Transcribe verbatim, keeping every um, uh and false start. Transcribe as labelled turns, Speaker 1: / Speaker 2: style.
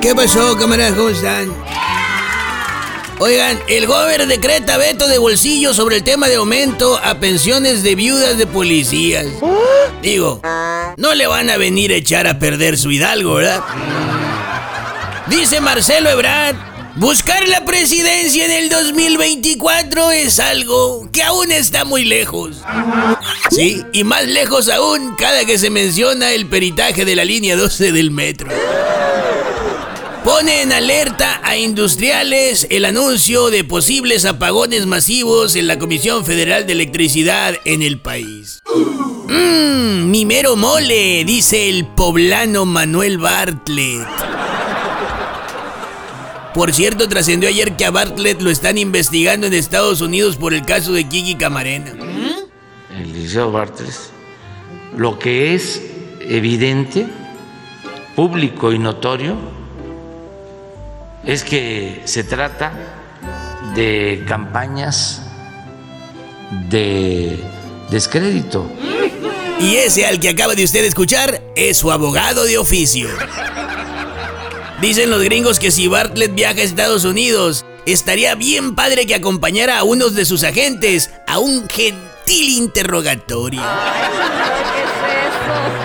Speaker 1: ¿Qué pasó, camaradas? ¿Cómo están? Oigan, el gobernador decreta veto de bolsillo sobre el tema de aumento a pensiones de viudas de policías. Digo, no le van a venir a echar a perder su Hidalgo, ¿verdad? Dice Marcelo Ebrard, buscar la presidencia en el dos mil veinticuatro es algo que aún está muy lejos. Sí, y más lejos aún cada que se menciona el peritaje de la línea doce del metro. Pone en alerta a industriales el anuncio de posibles apagones masivos en la Comisión Federal de Electricidad en el país. Mmm, mi mero mole, dice el poblano Manuel Bartlett. Por cierto, trascendió ayer que a Bartlett lo están investigando en Estados Unidos por el caso de Kiki Camarena.
Speaker 2: El licenciado Bartlett, lo que es evidente, público y notorio, es que se trata de campañas de descrédito.
Speaker 1: Y ese al que acaba de usted escuchar es su abogado de oficio. Dicen los gringos que si Bartlett viaja a Estados Unidos, estaría bien padre que acompañara a unos de sus agentes a un gentil interrogatorio.
Speaker 3: Ay, ¿qué es eso?